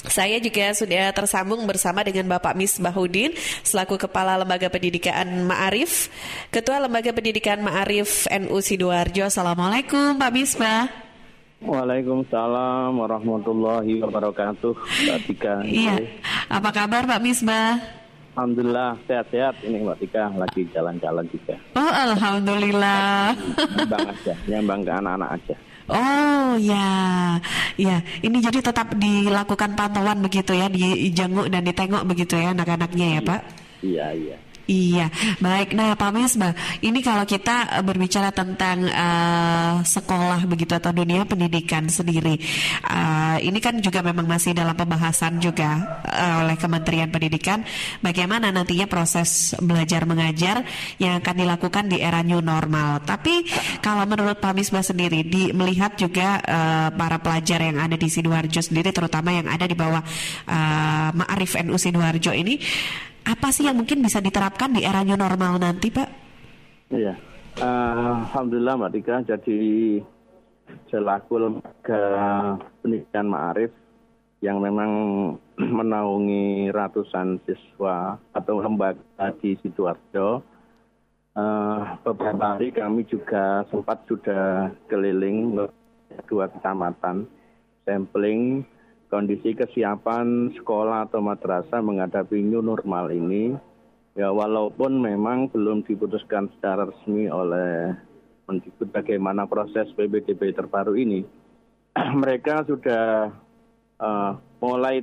Saya juga sudah tersambung bersama dengan Bapak Misbahuddin selaku Kepala Lembaga Pendidikan Ma'arif, Ketua Lembaga Pendidikan Ma'arif NU Sidoarjo. Assalamualaikum Pak Misbah. Waalaikumsalam warahmatullahi wabarakatuh. Mbak Tika. Iya. Apa kabar Pak Misbah? Alhamdulillah sehat-sehat. Ini Mbak Tika lagi jalan-jalan juga. Oh, alhamdulillah. Nyambang ke anak-anak aja. Oh ya, ya. Ini jadi tetap dilakukan pantauan begitu ya, dijenguk dan ditengok begitu ya anak-anaknya ya Pak? Iya. Iya, baik. Nah, Pak Misbah, ini kalau kita berbicara tentang sekolah begitu atau dunia pendidikan sendiri, ini kan juga memang masih dalam pembahasan juga oleh Kementerian Pendidikan, bagaimana nantinya proses belajar mengajar yang akan dilakukan di era new normal. Tapi kalau menurut Pak Misbah sendiri, melihat juga para pelajar yang ada di Sidoarjo sendiri, terutama yang ada di bawah Ma'arif NU Sidoarjo ini, apa sih yang mungkin bisa diterapkan di era new normal nanti, Pak? Iya, alhamdulillah Mbak Tika. Jadi selaku lembaga pendidikan Ma'arif yang memang menaungi ratusan siswa atau lembaga di Sidoarjo, beberapa hari kami juga sempat sudah keliling 2 kecamatan sampling kondisi kesiapan sekolah atau madrasah menghadapi new normal ini. Ya, walaupun memang belum diputuskan secara resmi oleh Mendikbud bagaimana proses PPDB terbaru ini, mereka sudah mulai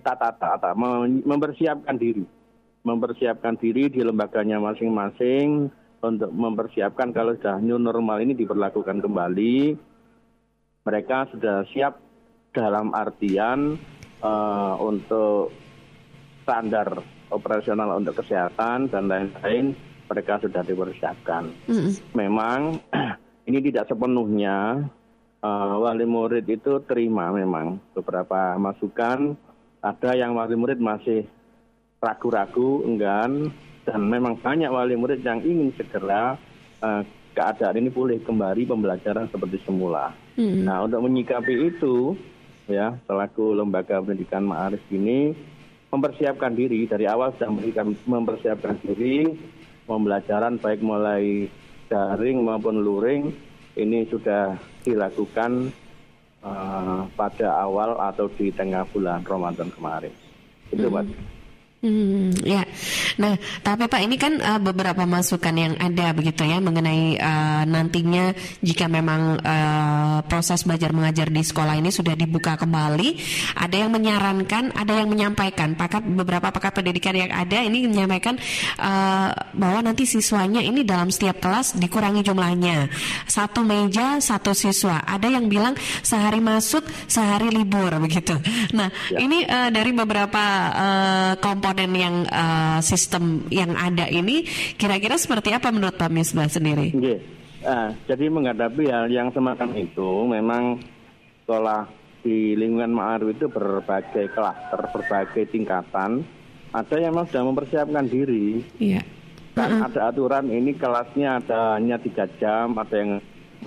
mempersiapkan diri di lembaganya masing-masing untuk mempersiapkan kalau sudah new normal ini diberlakukan kembali. Mereka sudah siap dalam artian untuk standar operasional untuk kesehatan dan lain-lain, mereka sudah dipersiapkan. Memang ini tidak sepenuhnya wali murid itu terima, memang beberapa masukan. Ada yang wali murid masih ragu-ragu, enggan, dan memang banyak wali murid yang ingin segera keadaan ini pulih kembali, pembelajaran seperti semula. Nah, untuk menyikapi itu, ya, selaku lembaga pendidikan Ma'arif ini mempersiapkan diri dari awal, sudah mempersiapkan diri pembelajaran baik mulai daring maupun luring ini sudah dilakukan pada awal atau di tengah bulan Ramadan kemarin. Itu Pak. Ya, nah tapi Pak ini kan beberapa masukan yang ada begitu ya mengenai nantinya jika memang proses belajar mengajar di sekolah ini sudah dibuka kembali, ada yang menyarankan, ada yang menyampaikan, beberapa pakar pendidikan yang ada ini menyampaikan bahwa nanti siswanya ini dalam setiap kelas dikurangi jumlahnya, 1 meja 1 siswa, ada yang bilang sehari masuk sehari libur begitu. Nah ini dari beberapa komponen yang sistem yang ada ini kira-kira seperti apa menurut Pak Misbah sendiri? Jadi menghadapi hal yang semacam itu, memang sekolah di lingkungan Ma'arif itu berbagai klaster, berbagai tingkatan. Ada yang memang sudah mempersiapkan diri. Iya. Dan ada aturan ini kelasnya ada hanya 3 jam, ada yang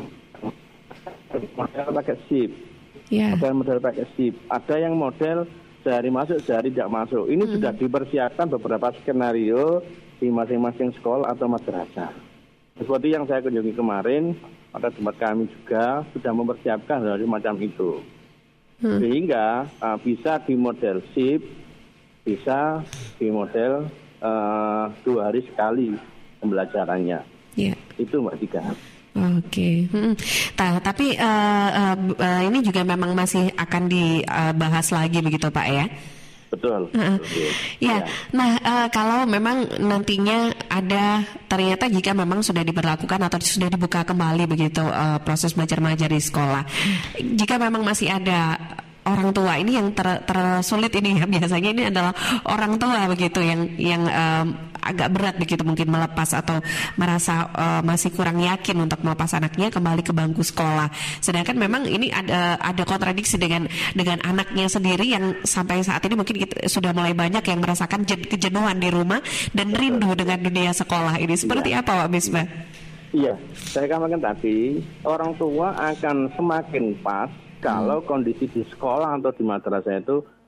model pakai shift, ada yang model pakai shift, ada yang model sehari masuk, sehari tidak masuk. Ini sudah dipersiapkan beberapa skenario di masing-masing sekolah atau madrasah. Seperti yang saya kunjungi kemarin, pada tempat kami juga sudah mempersiapkan hal macam itu. Sehingga bisa di model shift, bisa di model 2 hari sekali pembelajarannya. Itu Mbak Tika. Oke. Tapi ini juga memang masih akan dibahas lagi begitu Pak ya? Betul. Ya. Nah, kalau memang nantinya ada ternyata jika memang sudah diberlakukan atau sudah dibuka kembali begitu proses belajar mengajar di sekolah, jika memang masih ada orang tua, ini yang tersulit ini ya, biasanya ini adalah orang tua begitu yang agak berat begitu mungkin melepas atau merasa masih kurang yakin untuk melepas anaknya kembali ke bangku sekolah. Sedangkan memang ini ada kontradiksi dengan anaknya sendiri yang sampai saat ini mungkin sudah mulai banyak yang merasakan kejenuhan di rumah dan rindu dengan dunia sekolah ini. Seperti apa Pak Misbah? Iya, saya katakan tadi, orang tua akan semakin pas kalau kondisi di sekolah atau di madrasah itu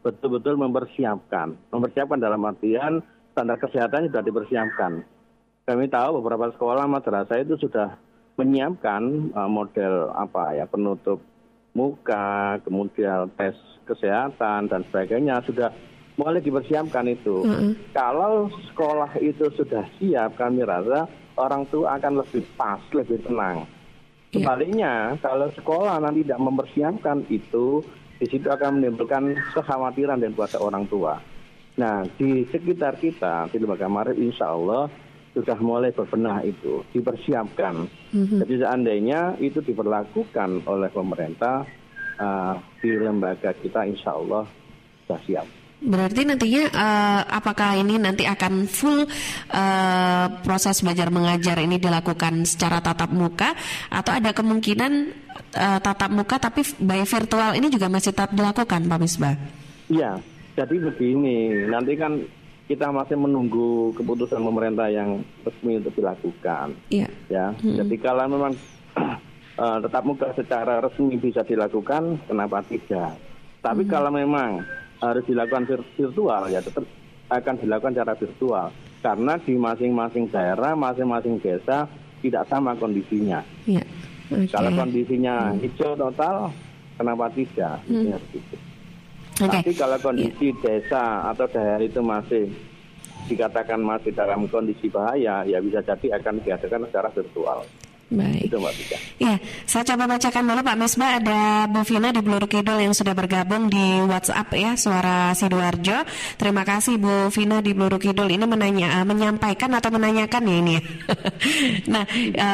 betul-betul mempersiapkan dalam artian standar kesehatan sudah dipersiapkan. Kami tahu beberapa sekolah madrasah itu sudah menyiapkan model penutup muka, kemudian tes kesehatan dan sebagainya sudah mulai dipersiapkan itu. Kalau sekolah itu sudah siap, kami rasa orang tua akan lebih pas, lebih tenang. Sebaliknya, kalau sekolah nanti tidak mempersiapkan itu, di situ akan menimbulkan kekhawatiran dan pada orang tua. Nah, di sekitar kita, di lembaga Maarif, insya Allah sudah mulai berbenah itu, dipersiapkan. Jadi seandainya itu diberlakukan oleh pemerintah, di lembaga kita insya Allah sudah siap. Berarti nantinya apakah ini nanti akan full proses belajar mengajar ini dilakukan secara tatap muka, atau ada kemungkinan tatap muka tapi by virtual ini juga masih tetap dilakukan, Pak Misbah? Iya, jadi begini, nanti kan kita masih menunggu keputusan pemerintah yang resmi untuk dilakukan. Iya. Ya, jadi kalau memang tatap muka secara resmi bisa dilakukan, kenapa tidak? Tapi kalau memang harus dilakukan virtual, ya tetap akan dilakukan secara virtual. Karena di masing-masing daerah, masing-masing desa tidak sama kondisinya. Iya. Okay. Kalau kondisinya hijau total, kenapa tidak? Tapi kalau kondisi desa atau daerah itu masih dikatakan masih dalam kondisi bahaya, ya bisa jadi akan diadakan secara virtual. Baik. Itu Mbak Tika. Ya, saya coba bacakan dulu Pak Misbah. Ada Bu Vina di Bluru Kidul yang sudah bergabung di WhatsApp ya, Suara Sidoarjo. Terima kasih Bu Vina di Bluru Kidul. Ini menyampaikan atau menanyakan ya ini. Nah,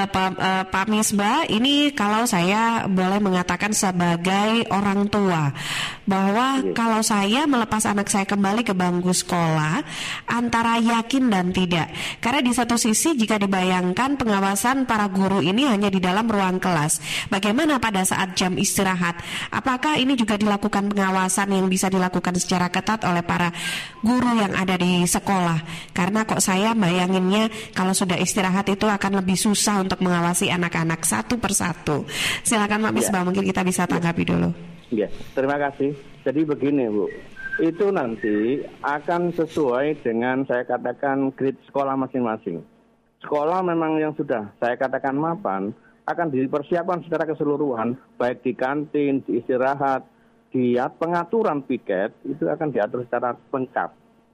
Pak Misbah, ini kalau saya boleh mengatakan sebagai orang tua, bahwa kalau saya melepas anak saya kembali ke bangku sekolah, antara yakin dan tidak. Karena di satu sisi jika dibayangkan pengawasan para guru ini hanya di dalam ruang kelas, bagaimana pada saat jam istirahat? Apakah ini juga dilakukan pengawasan yang bisa dilakukan secara ketat oleh para guru yang ada di sekolah? Karena kok saya bayanginnya kalau sudah istirahat itu akan lebih susah untuk mengawasi anak-anak satu persatu. Silakan Pak Misbah, mungkin kita bisa tanggapi dulu. Ya, terima kasih. Jadi begini Bu, itu nanti akan sesuai dengan saya katakan grade sekolah masing-masing. Sekolah memang yang sudah saya katakan mapan akan dipersiapkan secara keseluruhan, baik di kantin, di istirahat, di pengaturan piket itu akan diatur secara lengkap.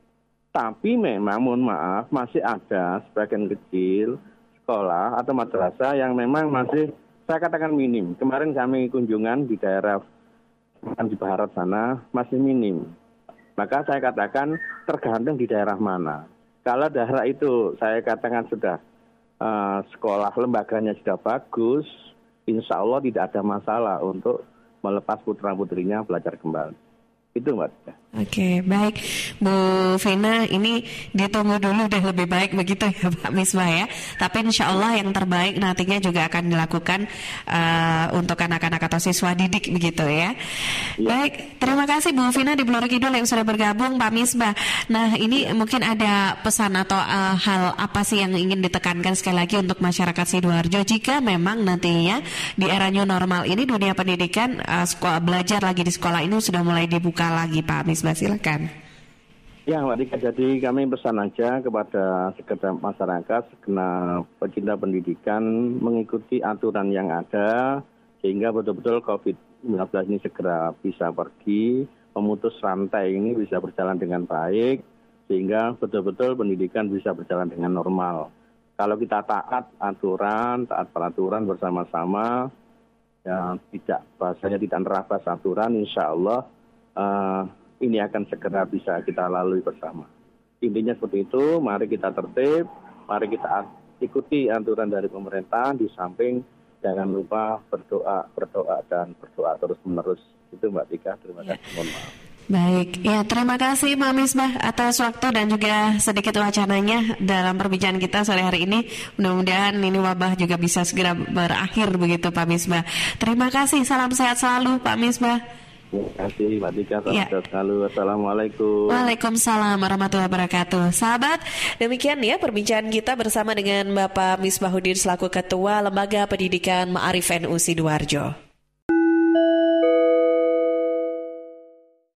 Tapi memang mohon maaf masih ada sebagian kecil sekolah atau madrasah yang memang masih saya katakan minim. Kemarin kami kunjungan di daerah di barat sana masih minim. Maka saya katakan tergantung di daerah mana. Kalau daerah itu saya katakan sudah sekolah lembaganya sudah bagus, insya Allah tidak ada masalah untuk melepas putra-putrinya belajar kembali. Itu Mbak. Oke, baik Bu Vina, ini ditunggu dulu deh lebih baik begitu ya Pak Misbah ya. Tapi insya Allah yang terbaik nantinya juga akan dilakukan untuk anak-anak atau siswa didik begitu ya. Baik, terima kasih Bu Vina di Bluru Kidul yang sudah bergabung Pak Misbah. Nah ini mungkin ada pesan atau hal apa sih yang ingin ditekankan sekali lagi untuk masyarakat Sidoarjo jika memang nantinya di era new normal ini dunia pendidikan belajar lagi di sekolah ini sudah mulai dibuka lagi Pak Misbah, silakan. Ya Mbak Tika, jadi kami pesan aja kepada segenap masyarakat, segenap pecinta pendidikan mengikuti aturan yang ada sehingga betul-betul COVID-19 ini segera bisa pergi, memutus rantai ini bisa berjalan dengan baik sehingga betul-betul pendidikan bisa berjalan dengan normal. Kalau kita taat aturan, taat peraturan bersama-sama, ya tidak bahasanya tidak nerabas aturan, insya Allah ini akan segera bisa kita lalui bersama. Intinya seperti itu, mari kita tertib, mari kita ikuti aturan dari pemerintah, di samping jangan lupa berdoa terus menerus. Itu Mbak Tika, terima kasih. Mohon maaf. Baik, ya terima kasih Pak Misbah atas waktu dan juga sedikit wacananya dalam perbincangan kita sore hari ini. Mudah-mudahan ini wabah juga bisa segera berakhir begitu Pak Misbah. Terima kasih, salam sehat selalu Pak Misbah. Terima kasih Mbak Tika, salam selalu. Assalamualaikum. Waalaikumsalam warahmatullahi wabarakatuh. Sahabat, demikian ya perbincangan kita bersama dengan Bapak Misbahuddin selaku Ketua Lembaga Pendidikan Maarif NU Sidoarjo.